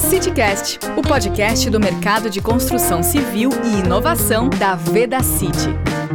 CityCast, o podcast do mercado de construção civil e inovação da Vedacity.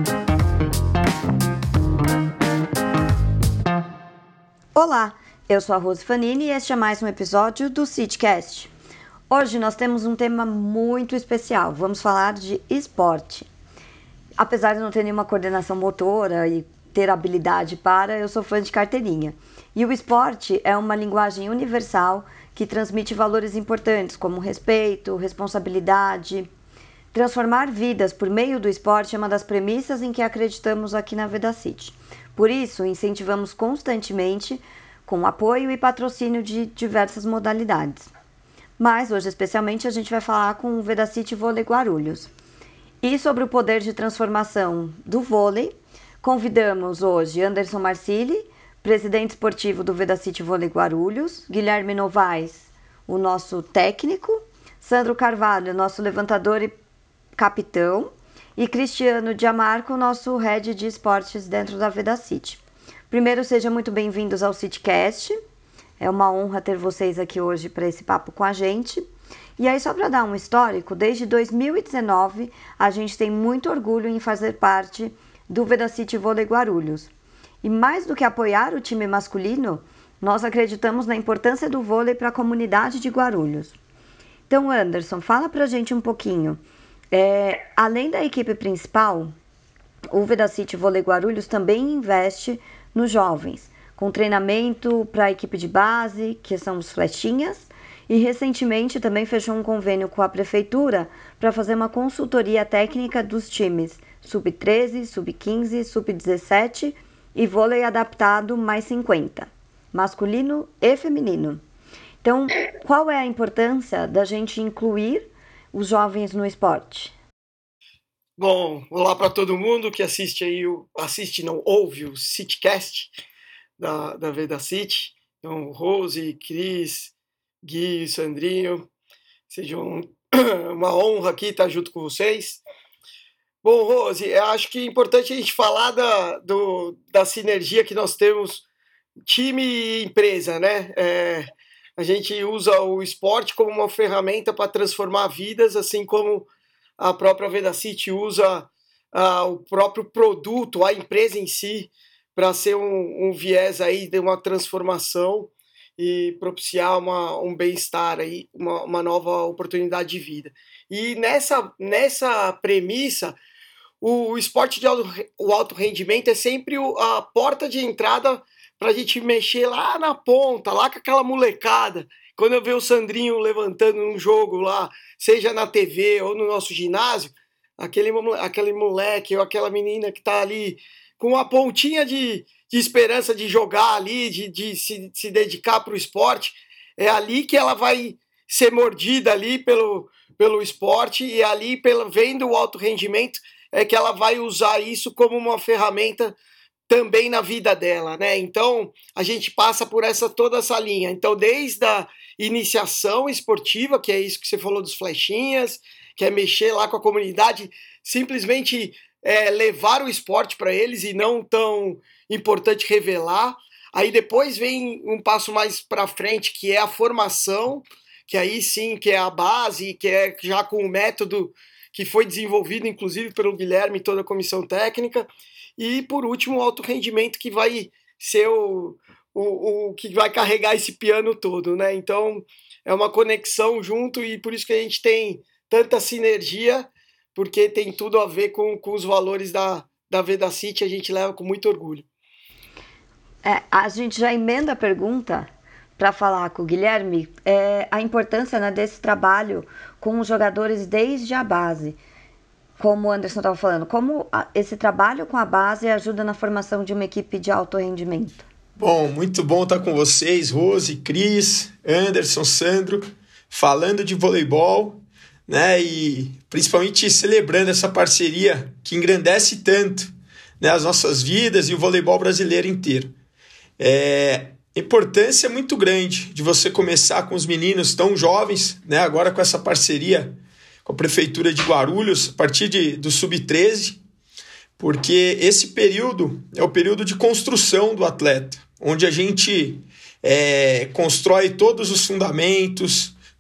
Olá, eu sou a Rose Fanini e este é mais um episódio do CityCast. Hoje nós temos um tema muito especial, vamos falar de esporte. Apesar de não ter nenhuma coordenação motora e ter habilidade para, eu sou fã de carteirinha. E o esporte é uma linguagem universal que transmite valores importantes como respeito, responsabilidade. Transformar vidas por meio do esporte é uma das premissas em que acreditamos aqui na Vedacity. Por isso, incentivamos constantemente com apoio e patrocínio de diversas modalidades. Mas hoje, especialmente, a gente vai falar com o Vedacity Vôlei Guarulhos. E sobre o poder de transformação do vôlei, convidamos hoje Anderson Marsili, presidente esportivo do Vedacity Vôlei Guarulhos, Guilherme Novaes, o nosso técnico, Sandro Carvalho, nosso levantador e capitão, e Cristiano Diamarco, nosso head de esportes dentro da Vedacity. Primeiro, sejam muito bem-vindos ao CityCast. É uma honra ter vocês aqui hoje para esse papo com a gente. E aí, só para dar um histórico, desde 2019, a gente tem muito orgulho em fazer parte do Vedacity Vôlei Guarulhos. E mais do que apoiar o time masculino, nós acreditamos na importância do vôlei para a comunidade de Guarulhos. Então, Anderson, fala para a gente um pouquinho. Além da equipe principal, o Vedacity Vôlei Guarulhos também investe nos jovens, com treinamento para a equipe de base, que são os flechinhas, e recentemente também fechou um convênio com a prefeitura para fazer uma consultoria técnica dos times sub-13, sub-15, sub-17 e vôlei adaptado mais 50, masculino e feminino. Então, qual é a importância da gente incluir os jovens no esporte? Bom, olá para todo mundo que ouve o CityCast da Vedacity. Então, Rose, Cris, Gui, Sandrinho, sejam uma honra aqui estar junto com vocês. Bom, Rose, eu acho que é importante a gente falar da sinergia que nós temos time e empresa, né? A gente usa o esporte como uma ferramenta para transformar vidas, assim como a própria Vedacity usa o próprio produto, a empresa em si, para ser um viés aí de uma transformação e propiciar um bem-estar aí, uma nova oportunidade de vida. E nessa premissa, o esporte de alto rendimento é sempre a porta de entrada para a gente mexer lá na ponta, lá com aquela molecada. Quando eu vejo o Sandrinho levantando um jogo lá, seja na TV ou no nosso ginásio, aquele moleque ou aquela menina que está ali com uma pontinha de esperança de jogar ali, de se dedicar para o esporte, é ali que ela vai ser mordida ali pelo esporte e ali, vendo o alto rendimento, é que ela vai usar isso como uma ferramenta também na vida dela, né? Então, a gente passa por toda essa linha. Então, desde a iniciação esportiva, que é isso que você falou dos flechinhas, que é mexer lá com a comunidade, simplesmente levar o esporte para eles e não tão importante revelar. Aí depois vem um passo mais para frente, que é a formação, que aí sim, que é a base, que é já com o método que foi desenvolvido, inclusive, pelo Guilherme e toda a comissão técnica. E, por último, o alto rendimento, que vai ser o que vai carregar esse piano todo, né? Então, é uma conexão junto e por isso que a gente tem tanta sinergia, porque tem tudo a ver com os valores da Vedacity, a gente leva com muito orgulho. A gente já emenda a pergunta para falar com o Guilherme, a importância, né, desse trabalho com os jogadores desde a base. Como o Anderson estava falando, como esse trabalho com a base ajuda na formação de uma equipe de alto rendimento? Bom, muito bom estar com vocês, Rose, Cris, Anderson, Sandro, falando de voleibol, né, e principalmente celebrando essa parceria que engrandece tanto, né, as nossas vidas e o voleibol brasileiro inteiro. Importância muito grande de você começar com os meninos tão jovens, né, agora com essa parceria com a Prefeitura de Guarulhos, a partir do Sub-13, porque esse período é o período de construção do atleta, onde a gente constrói todos os fundamentos,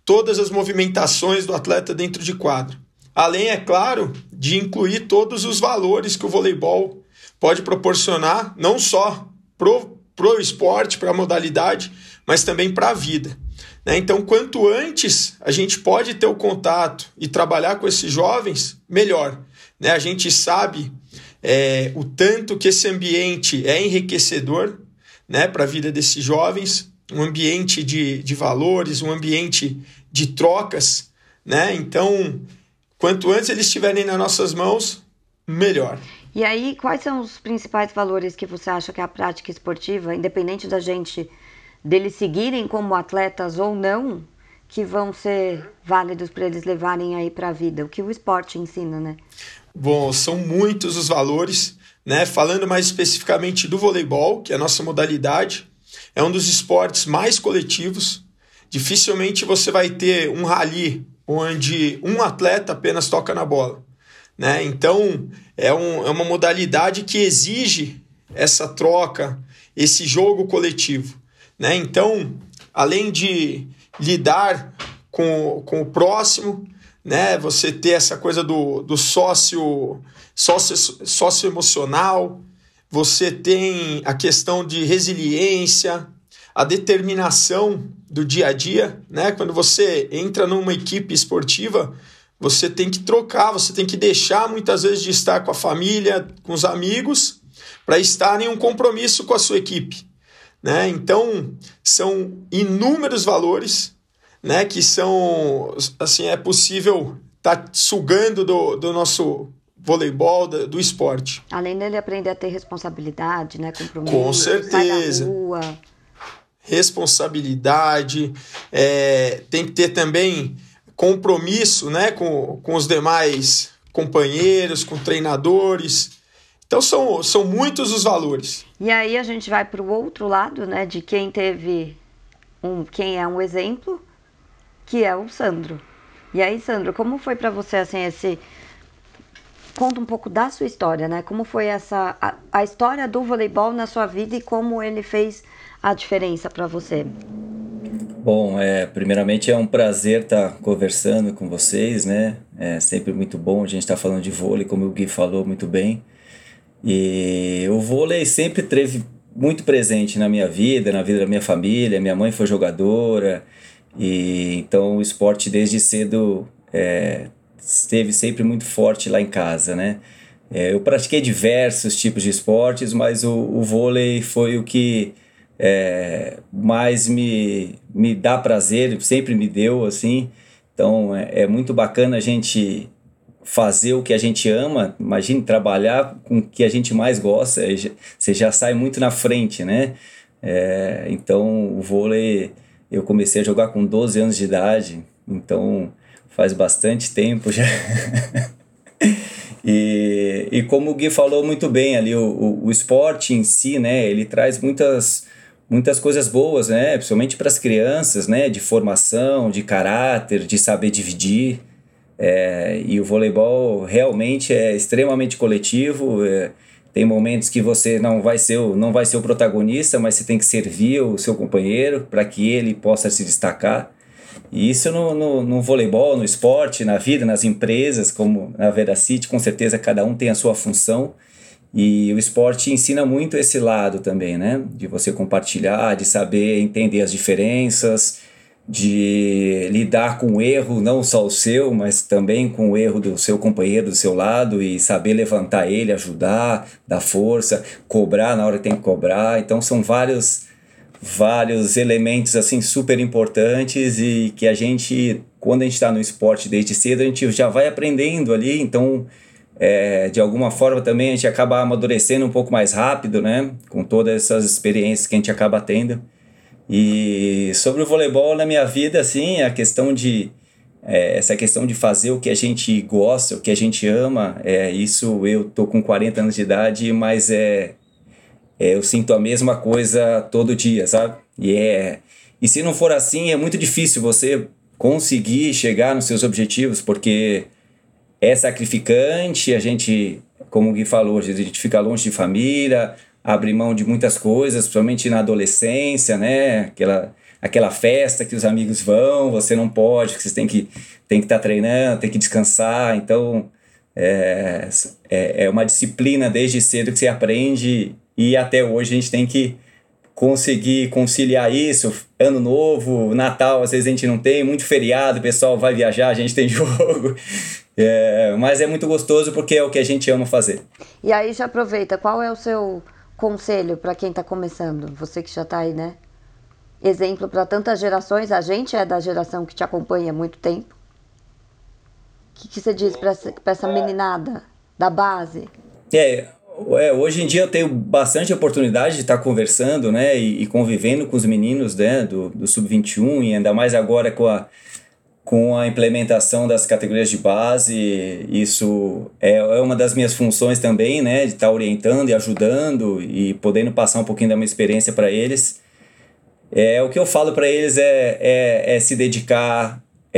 todas as movimentações do atleta dentro de quadro. Além, é claro, de incluir todos os valores que o voleibol pode proporcionar, não só pro esporte, para a modalidade, mas também para a vida. Né? Então, quanto antes a gente pode ter o contato e trabalhar com esses jovens, melhor. Né? A gente sabe o tanto que esse ambiente é enriquecedor, né, para a vida desses jovens, um ambiente de valores, um ambiente de trocas. Né? Então, quanto antes eles estiverem nas nossas mãos, melhor. E aí, quais são os principais valores que você acha que a prática esportiva, independente deles seguirem como atletas ou não, que vão ser válidos para eles levarem aí para a vida? O que o esporte ensina, né? Bom, são muitos os valores, né? Falando mais especificamente do voleibol, que é a nossa modalidade, é um dos esportes mais coletivos. Dificilmente você vai ter um rally onde um atleta apenas toca na bola. Né? Então, é uma modalidade que exige essa troca, esse jogo coletivo. Né? Então, além de lidar com o próximo, né? Você ter essa coisa do sócio emocional, você tem a questão de resiliência, a determinação do dia a dia. Né? Quando você entra numa equipe esportiva, você tem que trocar, você tem que deixar muitas vezes de estar com a família, com os amigos, para estar em um compromisso com a sua equipe. Né? Então, são inúmeros valores, né, que são, assim, é possível estar sugando do nosso voleibol, do esporte. Além dele aprender a ter responsabilidade, né, compromisso, com certeza. Sai da rua. Responsabilidade, tem que ter também compromisso, né, com os demais companheiros, com treinadores. Então são muitos os valores. E aí a gente vai para o outro lado, né, de quem quem é um exemplo, que é o Sandro. E aí, Sandro, como foi para você assim conta um pouco da sua história, né? Como foi a história do voleibol na sua vida e como ele fez a diferença para você? Bom, primeiramente é um prazer estar conversando com vocês, né? É sempre muito bom a gente estar falando de vôlei, como o Gui falou muito bem. E o vôlei sempre esteve muito presente na minha vida, na vida da minha família. Minha mãe foi jogadora, e então o esporte desde cedo esteve sempre muito forte lá em casa, né? Eu pratiquei diversos tipos de esportes, mas o vôlei foi o que mais me dá prazer, sempre me deu, assim. Então é muito bacana a gente fazer o que a gente ama. Imagine trabalhar com o que a gente mais gosta, você já sai muito na frente, né? Então o vôlei eu comecei a jogar com 12 anos de idade, então faz bastante tempo já. E como o Gui falou muito bem ali, o esporte em si, né, ele traz muitas coisas boas, né, principalmente para as crianças, né, de formação, de caráter, de saber dividir. E o voleibol realmente é extremamente coletivo. Tem momentos que você não vai ser o protagonista, mas você tem que servir o seu companheiro para que ele possa se destacar. E isso no voleibol, no esporte, na vida, nas empresas, como na Vedacity, com certeza cada um tem a sua função. E o esporte ensina muito esse lado também, né? De você compartilhar, de saber entender as diferenças, de lidar com o erro, não só o seu, mas também com o erro do seu companheiro do seu lado, e saber levantar ele, ajudar, dar força, cobrar na hora que tem que cobrar. Então são vários elementos assim super importantes, e que a gente, quando a gente está no esporte desde cedo, a gente já vai aprendendo ali. Então de alguma forma também a gente acaba amadurecendo um pouco mais rápido, né, com todas essas experiências que a gente acaba tendo. E sobre o voleibol na minha vida, assim, essa questão de fazer o que a gente gosta, o que a gente ama, isso eu tô com 40 anos de idade, mas eu sinto a mesma coisa todo dia, sabe? E se não for assim, é muito difícil você conseguir chegar nos seus objetivos, porque é sacrificante. A gente, como o Gui falou, a gente fica longe de família, abre mão de muitas coisas, principalmente na adolescência, né? aquela festa que os amigos vão, você não pode, porque você tem que estar treinando, tem que descansar. Então, é uma disciplina desde cedo que você aprende, e até hoje a gente tem que conseguir conciliar isso. Ano novo, Natal, às vezes a gente não tem, muito feriado, o pessoal vai viajar, a gente tem jogo. Mas é muito gostoso porque é o que a gente ama fazer. E aí já aproveita, qual é o seu conselho para quem está começando? Você que já está aí, né? Exemplo para tantas gerações, a gente é da geração que te acompanha há muito tempo. O que você diz para essa meninada da base? Hoje em dia eu tenho bastante oportunidade de estar conversando, né, e convivendo com os meninos, né, do Sub-21, e ainda mais agora com a implementação das categorias de base. Isso é uma das minhas funções também, né, de estar orientando e ajudando e podendo passar um pouquinho da minha experiência para eles. O que eu falo para eles é se dedicar,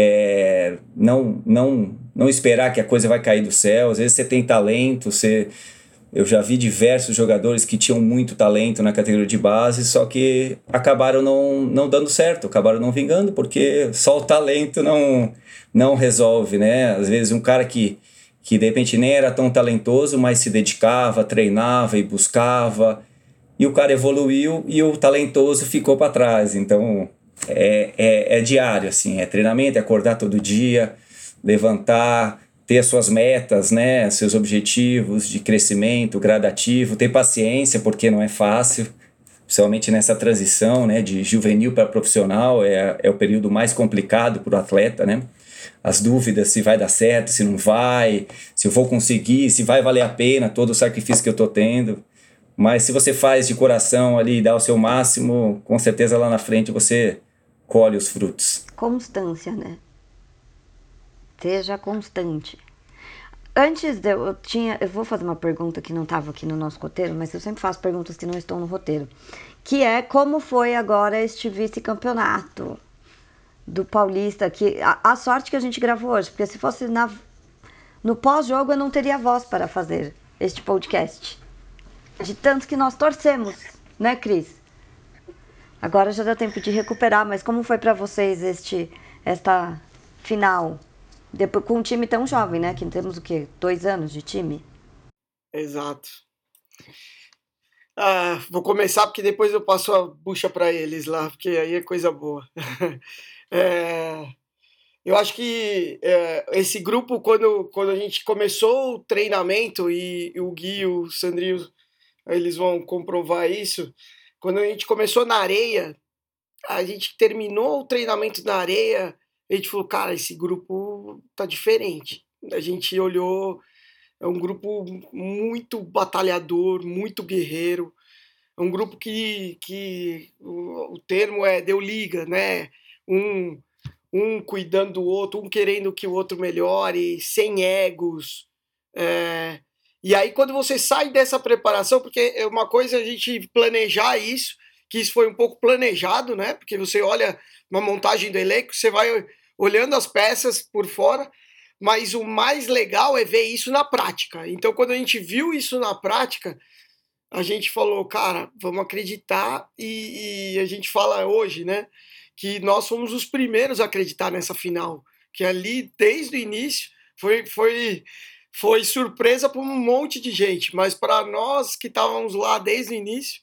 não esperar que a coisa vai cair do céu. Às vezes você tem talento, eu já vi diversos jogadores que tinham muito talento na categoria de base, só que acabaram não dando certo, acabaram não vingando, porque só o talento não resolve, né? Às vezes um cara que de repente nem era tão talentoso, mas se dedicava, treinava e buscava, e o cara evoluiu e o talentoso ficou para trás. Então é diário, assim, é treinamento, é acordar todo dia, levantar, ter as suas metas, né, seus objetivos de crescimento gradativo, ter paciência, porque não é fácil, principalmente nessa transição, né, de juvenil para profissional, é o período mais complicado para o atleta, né? As dúvidas se vai dar certo, se não vai, se eu vou conseguir, se vai valer a pena todo o sacrifício que eu estou tendo. Mas se você faz de coração ali e dá o seu máximo, com certeza lá na frente você colhe os frutos. Constância, né? Seja constante. Antes eu vou fazer uma pergunta que não estava aqui no nosso roteiro, mas eu sempre faço perguntas que não estão no roteiro, que é como foi agora este vice-campeonato do Paulista, que a sorte que a gente gravou hoje, porque se fosse no pós-jogo eu não teria voz para fazer este podcast, de tanto que nós torcemos, né, Cris? Agora já dá tempo de recuperar, mas como foi para vocês esta final? Depois, com um time tão jovem, né? Que temos o quê? 2 anos de time? Exato. Vou começar porque depois eu passo a bucha para eles lá, porque aí é coisa boa. Eu acho que esse grupo, quando a gente começou o treinamento, e o Gui e o Sandrinho, eles vão comprovar isso, quando a gente começou na areia, a gente terminou o treinamento na areia, a gente falou, cara, esse grupo tá diferente. A gente olhou, é um grupo muito batalhador, muito guerreiro, é um grupo que o termo deu liga, né? Um cuidando do outro, um querendo que o outro melhore, sem egos. E aí quando você sai dessa preparação, porque é uma coisa a gente planejar isso, que isso foi um pouco planejado, né? Porque você olha uma montagem do elenco, você vai olhando as peças por fora, mas o mais legal é ver isso na prática. Então, quando a gente viu isso na prática, a gente falou, cara, vamos acreditar, e a gente fala hoje, né, que nós fomos os primeiros a acreditar nessa final, que ali, desde o início, foi surpresa para um monte de gente, mas para nós que estávamos lá desde o início,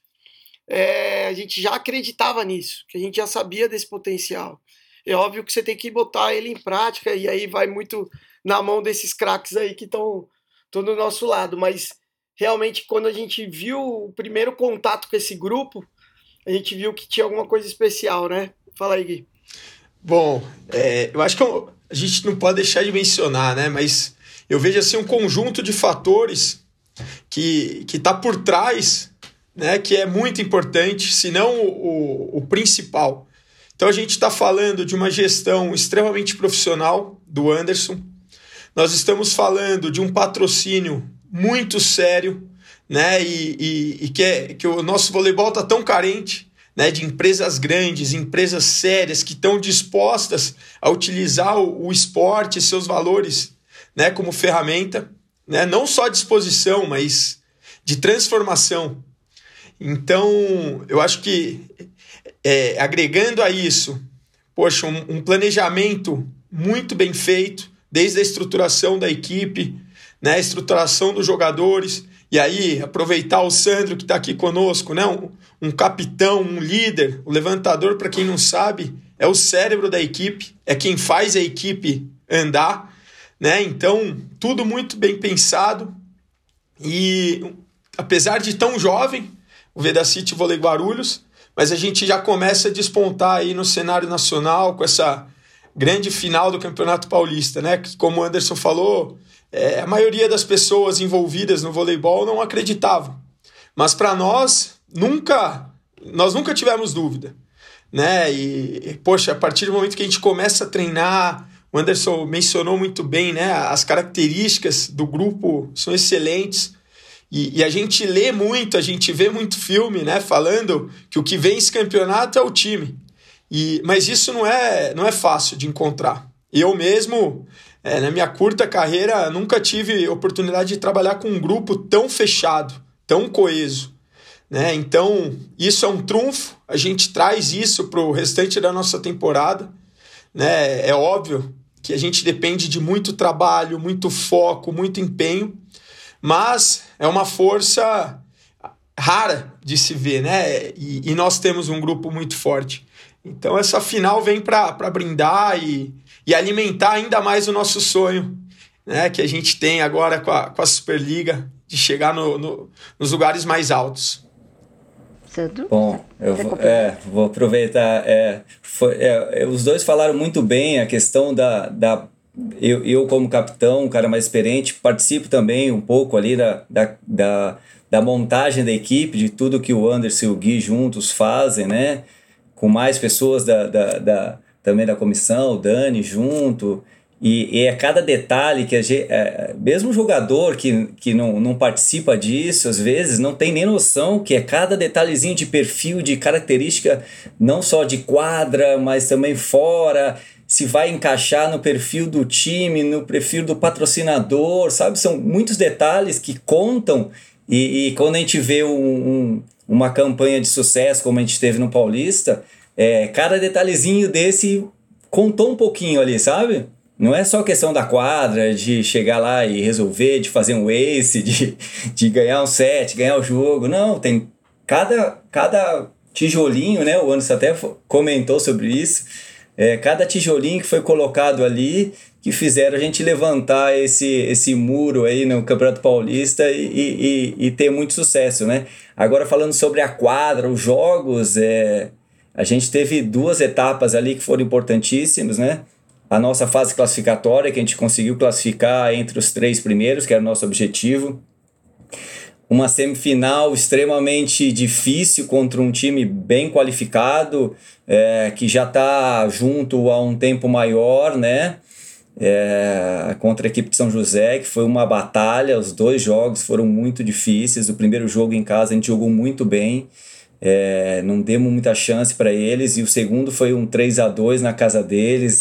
a gente já acreditava nisso, que a gente já sabia desse potencial. É óbvio que você tem que botar ele em prática, e aí vai muito na mão desses craques aí que estão do nosso lado, mas realmente quando a gente viu o primeiro contato com esse grupo, a gente viu que tinha alguma coisa especial, né? Fala aí, Gui. Bom, eu acho que a gente não pode deixar de mencionar, né? Mas eu vejo assim um conjunto de fatores que tá por trás, né, que é muito importante, se não o principal. Então a gente está falando de uma gestão extremamente profissional do Anderson, nós estamos falando de um patrocínio muito sério, né, e que o nosso voleibol está tão carente, né, de empresas grandes, empresas sérias que estão dispostas a utilizar o esporte e seus valores, né, como ferramenta, né, não só de exposição, mas de transformação. Então, eu acho que agregando a isso, poxa, um planejamento muito bem feito, desde a estruturação da equipe, né, a estruturação dos jogadores, e aí aproveitar o Sandro que está aqui conosco, né, um capitão, um líder, o levantador, para quem não sabe, é o cérebro da equipe, é quem faz a equipe andar, né, então tudo muito bem pensado, e apesar de tão jovem, o Vedacity Vôlei Guarulhos, mas a gente já começa a despontar aí no cenário nacional com essa grande final do Campeonato Paulista, né? Que, como o Anderson falou, a maioria das pessoas envolvidas no voleibol não acreditavam. Mas para nós nunca tivemos dúvida, né? E, poxa, a partir do momento que a gente começa a treinar, o Anderson mencionou muito bem, né? As características do grupo são excelentes. E a gente lê muito, a gente vê muito filme, né, falando que o que vence campeonato é o time. Mas isso não é fácil de encontrar. Eu mesmo, na minha curta carreira, nunca tive oportunidade de trabalhar com um grupo tão fechado, tão coeso, né? Então, isso é um trunfo, a gente traz isso para o restante da nossa temporada, né? É óbvio que a gente depende de muito trabalho, muito foco, muito empenho, mas é uma força rara de se ver, né? E nós temos um grupo muito forte. Então essa final vem para brindar e alimentar ainda mais o nosso sonho, né? Que a gente tem agora com a Superliga, de chegar nos lugares mais altos. Sandro? Bom, eu vou aproveitar. Os dois falaram muito bem a questão eu como capitão, um cara mais experiente, participo também um pouco ali da montagem da equipe, de tudo que o Anderson e o Gui juntos fazem, né? Com mais pessoas também da comissão, o Dani junto, e é cada detalhe que mesmo o jogador que não participa disso, às vezes não tem nem noção que é cada detalhezinho de perfil, de característica, não só de quadra, mas também fora, se vai encaixar no perfil do time, no perfil do patrocinador, sabe? São muitos detalhes que contam, e quando a gente vê uma campanha de sucesso como a gente teve no Paulista, cada detalhezinho desse contou um pouquinho ali, sabe? Não é só questão da quadra, de chegar lá e resolver, de fazer um ace, de ganhar um set, ganhar o jogo. Não, tem cada tijolinho, né? O Anderson até comentou sobre isso. Cada tijolinho que foi colocado ali, que fizeram a gente levantar esse muro aí no Campeonato Paulista e ter muito sucesso, né? Agora, falando sobre a quadra, os jogos, a gente teve 2 etapas ali que foram importantíssimas, né? A nossa fase classificatória, que a gente conseguiu classificar entre os 3 primeiros, que era o nosso objetivo. Uma semifinal extremamente difícil contra um time bem qualificado, que já está junto há um tempo maior, né? Contra a equipe de São José, que foi uma batalha. Os 2 jogos foram muito difíceis. O primeiro jogo em casa a gente jogou muito bem, não demos muita chance para eles, e o segundo foi um 3-2 na casa deles.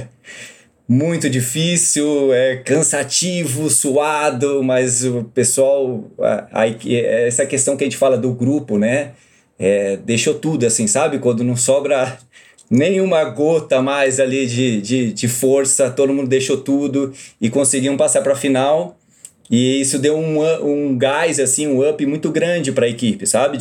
Muito difícil, cansativo, suado, mas o pessoal, essa questão que a gente fala do grupo, né? Deixou tudo, assim, sabe? Quando não sobra nenhuma gota mais ali de força, todo mundo deixou tudo e conseguiam passar para a final. E isso deu um gás, assim, um up muito grande para a equipe, sabe?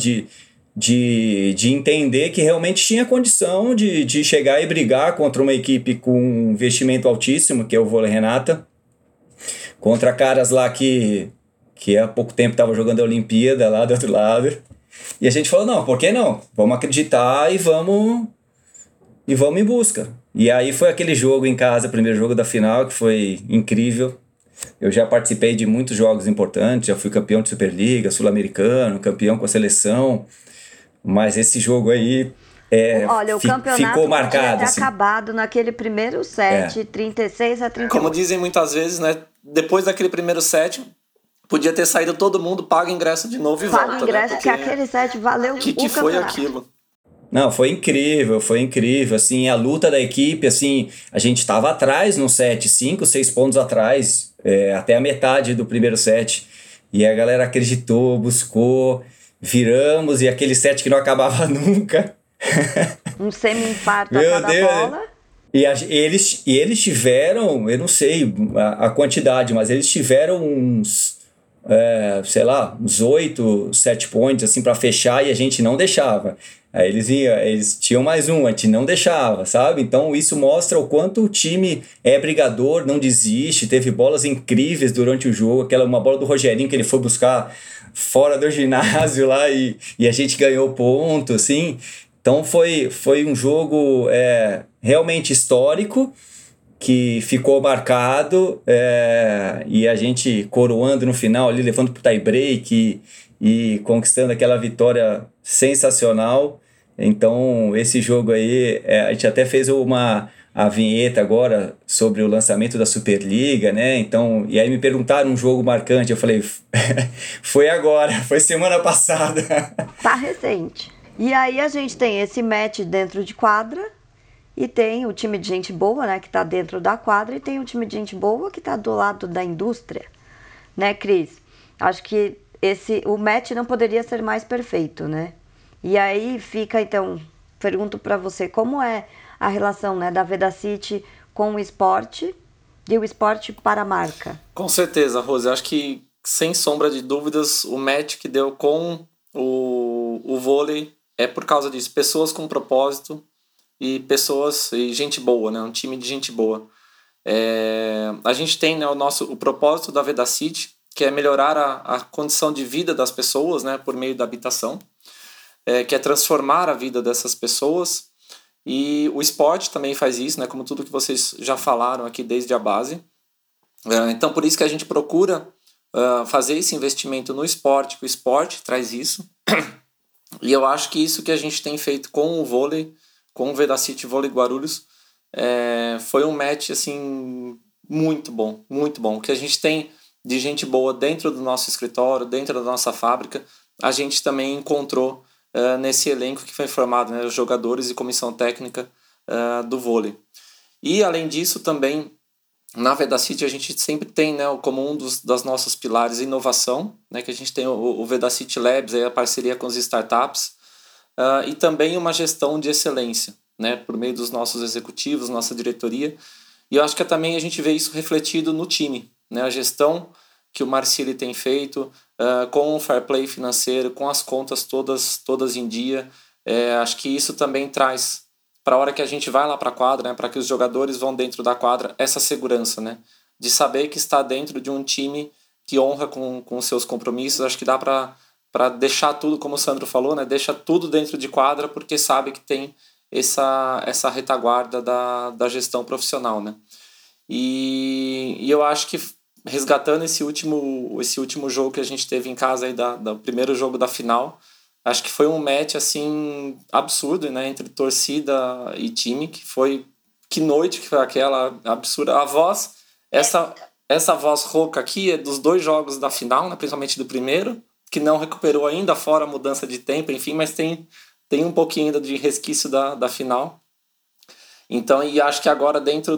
De entender que realmente tinha condição de chegar e brigar contra uma equipe com um investimento altíssimo, que é o Vôlei Renata, contra caras lá que há pouco tempo estavam jogando a Olimpíada lá do outro lado. E a gente falou, não, por que não? Vamos acreditar e vamos em busca. E aí foi aquele jogo em casa, primeiro jogo da final, que foi incrível. Eu já participei de muitos jogos importantes, já fui campeão de Superliga, sul-americano, campeão com a seleção. Mas esse jogo aí Olha, o campeonato ficou marcado. Podia ter assim. acabado naquele primeiro set, 36-38. Como dizem muitas vezes, né? Depois daquele primeiro set, podia ter saído todo mundo, paga ingresso de novo e volta. Paga ingresso, né? que aquele set valeu o que foi campeonato. aquilo? Não, foi incrível, assim, a luta da equipe, assim, a gente estava atrás no set, 5, 6 pontos atrás, até a metade do primeiro set, e a galera acreditou, buscou, viramos, e aquele set que não acabava nunca, Um semi-infarto a Meu cada Deus. bola. Eles tiveram, eu não sei a quantidade, mas eles tiveram uns, sei lá, uns 8 set points assim para fechar e a gente não deixava. Aí eles tinham mais um, a gente não deixava, sabe? Então isso mostra o quanto o time é brigador, não desiste. Teve bolas incríveis durante o jogo, uma bola do Rogerinho que ele foi buscar fora do ginásio lá e a gente ganhou ponto, assim. Então foi um jogo realmente histórico, que ficou marcado, e a gente coroando no final ali, levando pro tie break e conquistando aquela vitória sensacional. Então esse jogo aí, a gente até fez a vinheta agora sobre o lançamento da Superliga, né? Então, e aí me perguntaram um jogo marcante, eu falei, foi agora, foi semana passada. Tá recente. E aí a gente tem esse match dentro de quadra e tem o time de gente boa, né, que tá dentro da quadra, e tem o time de gente boa que tá do lado da indústria, né, Cris? Acho que o match não poderia ser mais perfeito, né? E aí fica, então, pergunto para você, como é a relação, né, da Vedacity com o esporte e o esporte para a marca? Com certeza, Rose. Acho que, sem sombra de dúvidas, o match que deu com o vôlei é por causa disso. Pessoas com propósito e gente boa, né? Um time de gente boa. A gente tem, né, o propósito da Vedacity, que é melhorar a condição de vida das pessoas, né, por meio da habitação, que é transformar a vida dessas pessoas. E o esporte também faz isso, né, como tudo que vocês já falaram aqui desde a base. Então, por isso que a gente procura fazer esse investimento no esporte, que o esporte traz isso. E eu acho que isso que a gente tem feito com o vôlei, com o Vedacity Vôlei Guarulhos, foi um match assim, muito bom, muito bom. O que a gente tem de gente boa dentro do nosso escritório, dentro da nossa fábrica, a gente também encontrou nesse elenco que foi formado, né, os jogadores e comissão técnica do vôlei. E, além disso, também, na Vedacity, a gente sempre tem, né, como um das nossos pilares inovação, né, que a gente tem o Vedacity Labs, aí a parceria com as startups, e também uma gestão de excelência, né, por meio dos nossos executivos, nossa diretoria. E eu acho que também a gente vê isso refletido no time, né, a gestão que o Marcili tem feito, com o fair play financeiro, com as contas todas em dia. Acho que isso também traz, para a hora que a gente vai lá para a quadra, né, para que os jogadores vão dentro da quadra, essa segurança, né, de saber que está dentro de um time que honra com os seus compromissos. Acho que dá para deixar tudo, como o Sandro falou, né, deixa tudo dentro de quadra, porque sabe que tem essa retaguarda da gestão profissional, né. E eu acho que, resgatando esse último jogo que a gente teve em casa aí do primeiro jogo da final, acho que foi um match assim absurdo, né, entre torcida e time, que noite que foi aquela absurda. A voz, essa voz rouca aqui é dos 2 jogos da final, né, principalmente do primeiro, que não recuperou ainda, fora a mudança de tempo, enfim, mas tem um pouquinho ainda de resquício da final. Então, e acho que agora dentro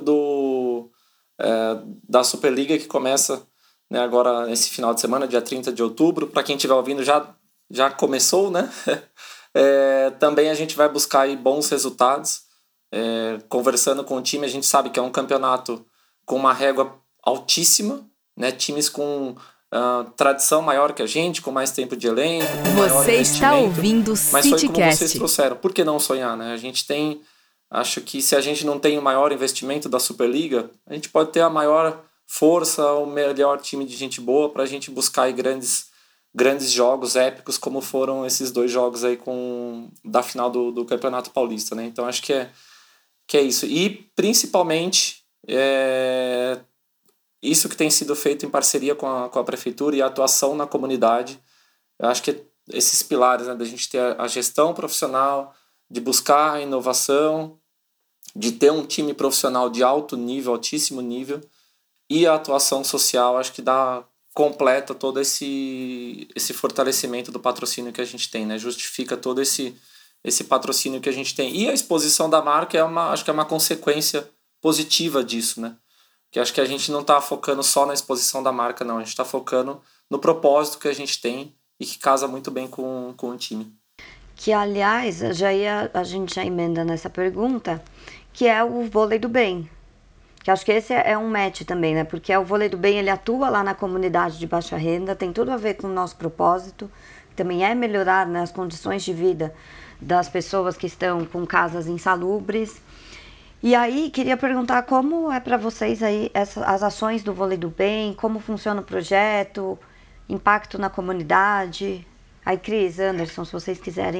da Superliga, que começa, né, agora esse final de semana, dia 30 de outubro. Para quem estiver ouvindo, já começou, né? Também a gente vai buscar aí bons resultados. Conversando com o time, a gente sabe que é um campeonato com uma régua altíssima, né? Times com tradição maior que a gente, com mais tempo de elenco. Você está ouvindo o Mas foi como vocês CityCast. trouxeram. Por que não sonhar, né? A gente tem... Acho que se a gente não tem o maior investimento da Superliga, a gente pode ter a maior força, o melhor time de gente boa para a gente buscar aí grandes jogos épicos, como foram esses 2 jogos aí da final do Campeonato Paulista, né? Então acho que é isso. E principalmente isso que tem sido feito em parceria com a Prefeitura e a atuação na comunidade. Eu acho que esses pilares, né, da gente ter a gestão profissional, de buscar a inovação, de ter um time profissional de alto nível, altíssimo nível, e a atuação social, acho que completa todo esse fortalecimento do patrocínio que a gente tem, né? Justifica todo esse patrocínio que a gente tem. E a exposição da marca acho que é uma consequência positiva disso, né? Que acho que a gente não está focando só na exposição da marca, não. A gente está focando no propósito que a gente tem e que casa muito bem com o time. que aliás, a gente já emenda nessa pergunta, que é o vôlei do bem. Que acho que esse é um match também, né? Porque o vôlei do bem, ele atua lá na comunidade de baixa renda, tem tudo a ver com o nosso propósito, também é melhorar, né, as condições de vida das pessoas que estão com casas insalubres. E aí, queria perguntar como é para vocês aí as ações do vôlei do bem, como funciona o projeto, impacto na comunidade. Aí, Cris, Anderson, se vocês quiserem,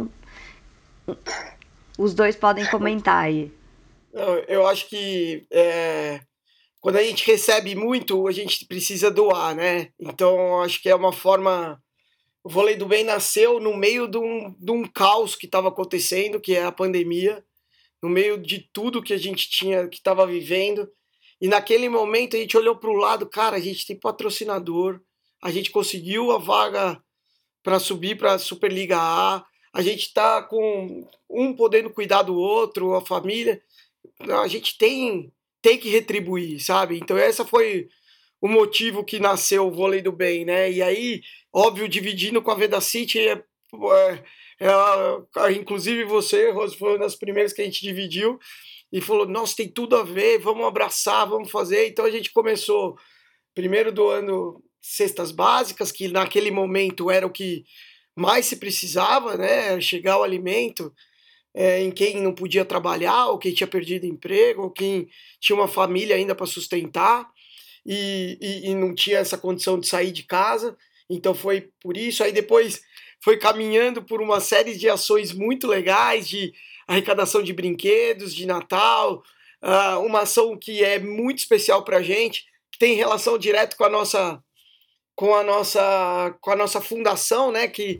os dois podem comentar aí. Eu acho que quando a gente recebe muito, a gente precisa doar, né? Então, acho que é uma forma... O Vôlei do Bem nasceu no meio de um caos que estava acontecendo, que é a pandemia, no meio de tudo que a gente tinha, que estava vivendo. E naquele momento a gente olhou para o lado, cara, a gente tem patrocinador, a gente conseguiu a vaga para subir para a Superliga A gente está com um podendo cuidar do outro, a família... A gente tem que retribuir, sabe? Então essa foi o motivo que nasceu o Vôlei do Bem, né? E aí, óbvio, dividindo com a Vedacity, inclusive você, Rose, foi uma das primeiras que a gente dividiu e falou, nossa, tem tudo a ver, vamos abraçar, vamos fazer. Então a gente começou primeiro doando cestas básicas, que naquele momento era o que mais se precisava, né? Chegar o alimento em quem não podia trabalhar, ou quem tinha perdido emprego, ou quem tinha uma família ainda para sustentar e não tinha essa condição de sair de casa. Então foi por isso. Aí depois foi caminhando por uma série de ações muito legais, de arrecadação de brinquedos, de Natal, uma ação que é muito especial para a gente, que tem relação direta com a nossa fundação, né, que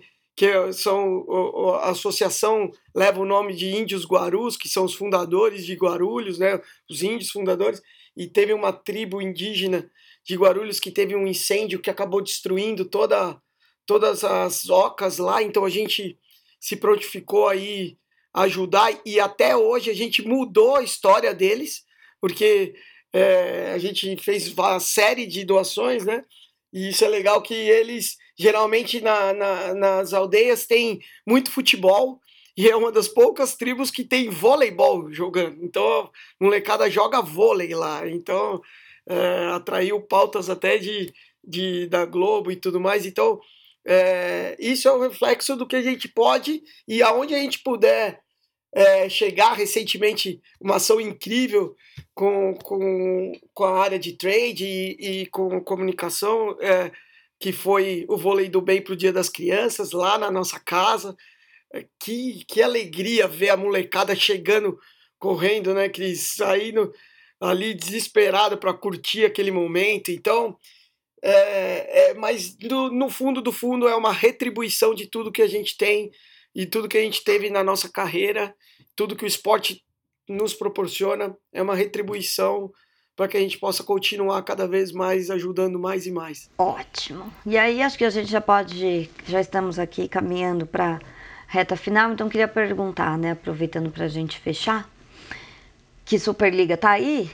a associação leva o nome de Índios Guarus, que são os fundadores de Guarulhos, né, os índios fundadores, e teve uma tribo indígena de Guarulhos que teve um incêndio que acabou destruindo todas as ocas lá, então a gente se prontificou aí a ajudar, e até hoje a gente mudou a história deles, porque a gente fez uma série de doações, né, e isso é legal que eles... Geralmente nas aldeias tem muito futebol e é uma das poucas tribos que tem voleibol jogando. Então a molecada joga vôlei lá. Então atraiu pautas até da Globo e tudo mais. Então isso é um reflexo do que a gente pode e aonde a gente puder chegar. Recentemente uma ação incrível com a área de trade e com comunicação, que foi o Vôlei do Bem para o Dia das Crianças, lá na nossa casa. Que alegria ver a molecada chegando, correndo, né, Cris? Saindo ali desesperado para curtir aquele momento. Então, mas no fundo do fundo é uma retribuição de tudo que a gente tem e tudo que a gente teve na nossa carreira, tudo que o esporte nos proporciona, é uma retribuição para que a gente possa continuar cada vez mais ajudando mais e mais. Ótimo. E aí acho que a gente já estamos aqui caminhando para reta final, então queria perguntar, né, aproveitando para a gente fechar, que Superliga tá aí?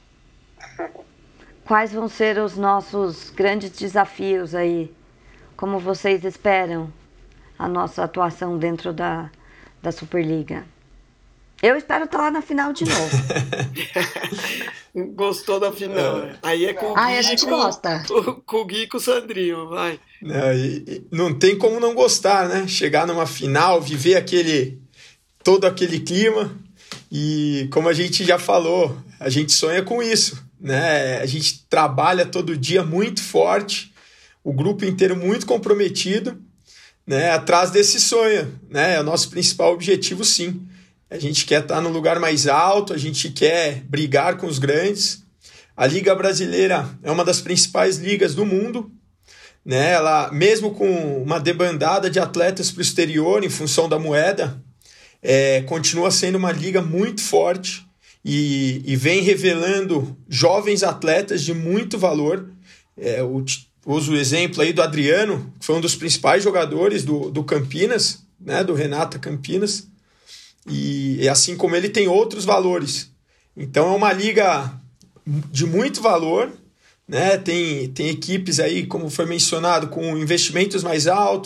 Quais vão ser os nossos grandes desafios aí? Como vocês esperam a nossa atuação dentro da Superliga? Eu espero estar lá na final de novo. Gostou da final? Aí é com o Gui, a gente gosta. Com o Gui e com o Sandrinho, vai. Não tem como não gostar, né? Chegar numa final, viver todo aquele clima. E como a gente já falou, a gente sonha com isso, né? A gente trabalha todo dia muito forte, o grupo inteiro muito comprometido, né? Atrás desse sonho, né? É o nosso principal objetivo, sim. A gente quer estar no lugar mais alto, a gente quer brigar com os grandes. A Liga Brasileira é uma das principais ligas do mundo, né? Ela, mesmo com uma debandada de atletas para o exterior em função da moeda, continua sendo uma liga muito forte e vem revelando jovens atletas de muito valor. Uso o exemplo aí do Adriano, que foi um dos principais jogadores do Campinas, né? Do Renata Campinas. E assim como ele tem outros valores. Então é uma liga de muito valor, né? Tem equipes aí, como foi mencionado, com investimentos mais altos,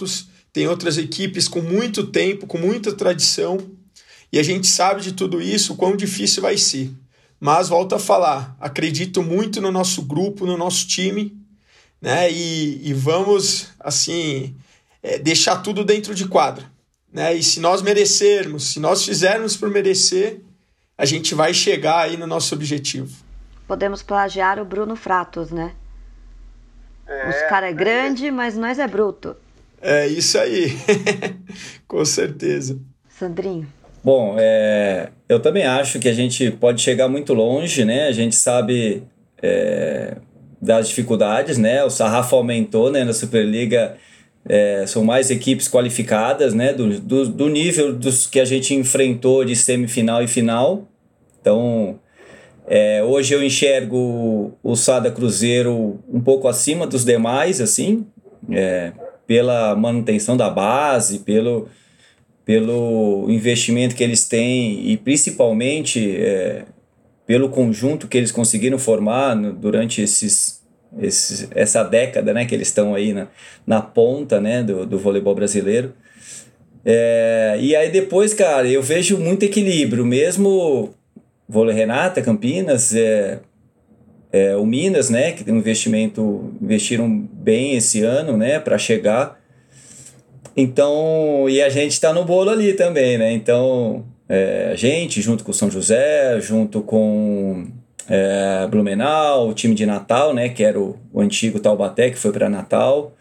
tem outras equipes com muito tempo, com muita tradição, e a gente sabe de tudo isso, o quão difícil vai ser. Mas, volto a falar, acredito muito no nosso grupo, no nosso time, né? E vamos, assim, deixar tudo dentro de quadra, né? E se nós merecermos, se nós fizermos por merecer, a gente vai chegar aí no nosso objetivo. Podemos plagiar o Bruno Fratos, né? Os caras é grande, mas nós é bruto. É isso aí, com certeza. Sandrinho. Bom, eu também acho que a gente pode chegar muito longe, né? A gente sabe das dificuldades, né? O sarrafo aumentou, né? Na Superliga são mais equipes qualificadas, né? Do nível dos que a gente enfrentou de semifinal e final. Então, hoje eu enxergo o Sada Cruzeiro um pouco acima dos demais, assim, pela manutenção da base, pelo investimento que eles têm e principalmente pelo conjunto que eles conseguiram formar durante essa década, né, que eles estão aí na ponta, né, do voleibol brasileiro. E aí depois, cara, eu vejo muito equilíbrio, mesmo Vôlei Renata, Campinas, o Minas, né, que tem investiram bem esse ano, né, para chegar. Então, e a gente está no bolo ali também, né? Então, a gente, junto com o São José, junto com Blumenau, o time de Natal, né? Que era o antigo Taubaté, que foi para Natal.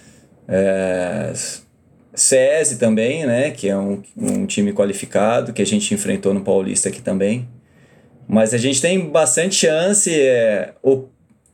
SESI também, né? Que é um time qualificado, que a gente enfrentou no Paulista aqui também. Mas a gente tem bastante chance. O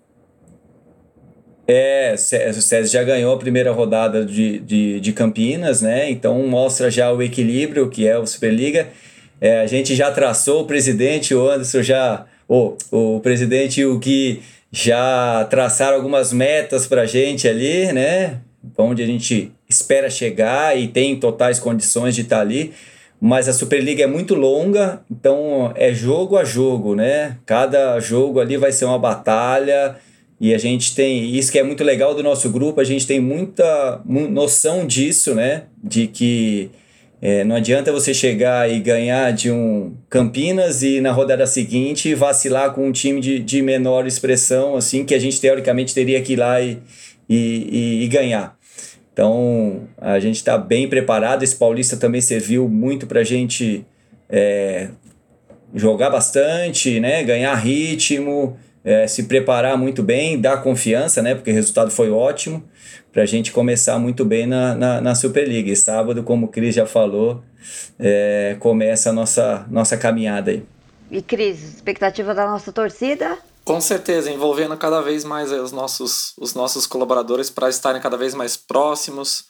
SESI já ganhou a primeira rodada de Campinas, né? Então mostra já o equilíbrio que é o Superliga. A gente já traçou, o presidente, o Anderson o presidente e o Gui já traçaram algumas metas pra gente ali, né? Onde a gente espera chegar e tem totais condições de estar ali. Mas a Superliga é muito longa, então é jogo a jogo, né? Cada jogo ali vai ser uma batalha. E a gente tem, isso que é muito legal do nosso grupo, a gente tem muita noção disso, né? De que não adianta você chegar e ganhar de um Campinas e na rodada seguinte vacilar com um time de menor expressão, assim, que a gente teoricamente teria que ir lá e ganhar. Então, a gente está bem preparado. Esse Paulista também serviu muito para a gente jogar bastante, né? Ganhar ritmo, se preparar muito bem, dar confiança, né? Porque o resultado foi ótimo, para a gente começar muito bem na Superliga. E sábado, como o Cris já falou, começa a nossa caminhada aí. E Cris, expectativa da nossa torcida? Com certeza, envolvendo cada vez mais os nossos colaboradores para estarem cada vez mais próximos.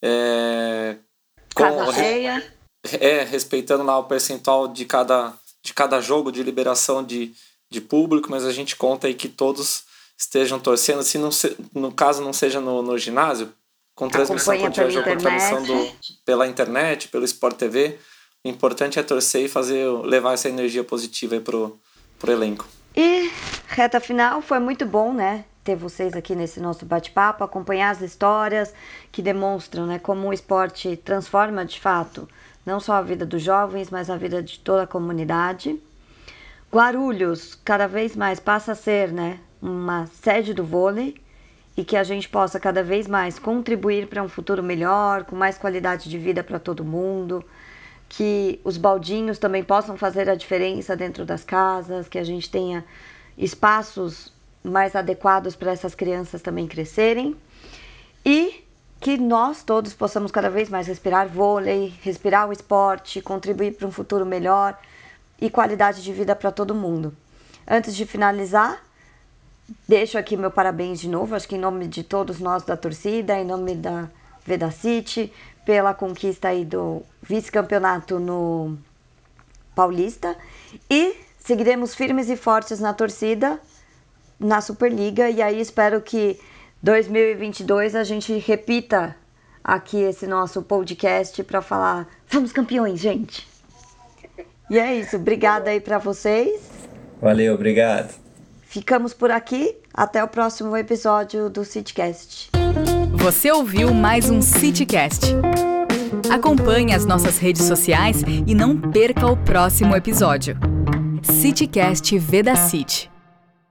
Casa cheia. Respeitando lá o percentual de cada jogo de liberação de público, mas a gente conta aí que todos estejam torcendo, se não no caso não seja no ginásio, com transmissão pela internet, pelo Sport TV. O importante é torcer e levar essa energia positiva aí pro elenco. E reta final, foi muito bom, né, ter vocês aqui nesse nosso bate-papo, acompanhar as histórias que demonstram, né, como o esporte transforma de fato não só a vida dos jovens, mas a vida de toda a comunidade. Guarulhos cada vez mais passa a ser, né, uma sede do vôlei e que a gente possa cada vez mais contribuir para um futuro melhor, com mais qualidade de vida para todo mundo, que os baldinhos também possam fazer a diferença dentro das casas, que a gente tenha espaços mais adequados para essas crianças também crescerem e que nós todos possamos cada vez mais respirar vôlei, respirar o esporte, contribuir para um futuro melhor e qualidade de vida para todo mundo. Antes de finalizar, deixo aqui meu parabéns de novo, acho que em nome de todos nós da torcida, em nome da Vedacity, pela conquista aí do vice-campeonato no Paulista, e seguiremos firmes e fortes na torcida, na Superliga, e aí espero que 2022 a gente repita aqui esse nosso podcast para falar, somos campeões, gente! E é isso, obrigada aí para vocês. Valeu, obrigado. Ficamos por aqui, até o próximo episódio do CityCast. Você ouviu mais um CityCast. Acompanhe as nossas redes sociais e não perca o próximo episódio. CityCast Vedacity.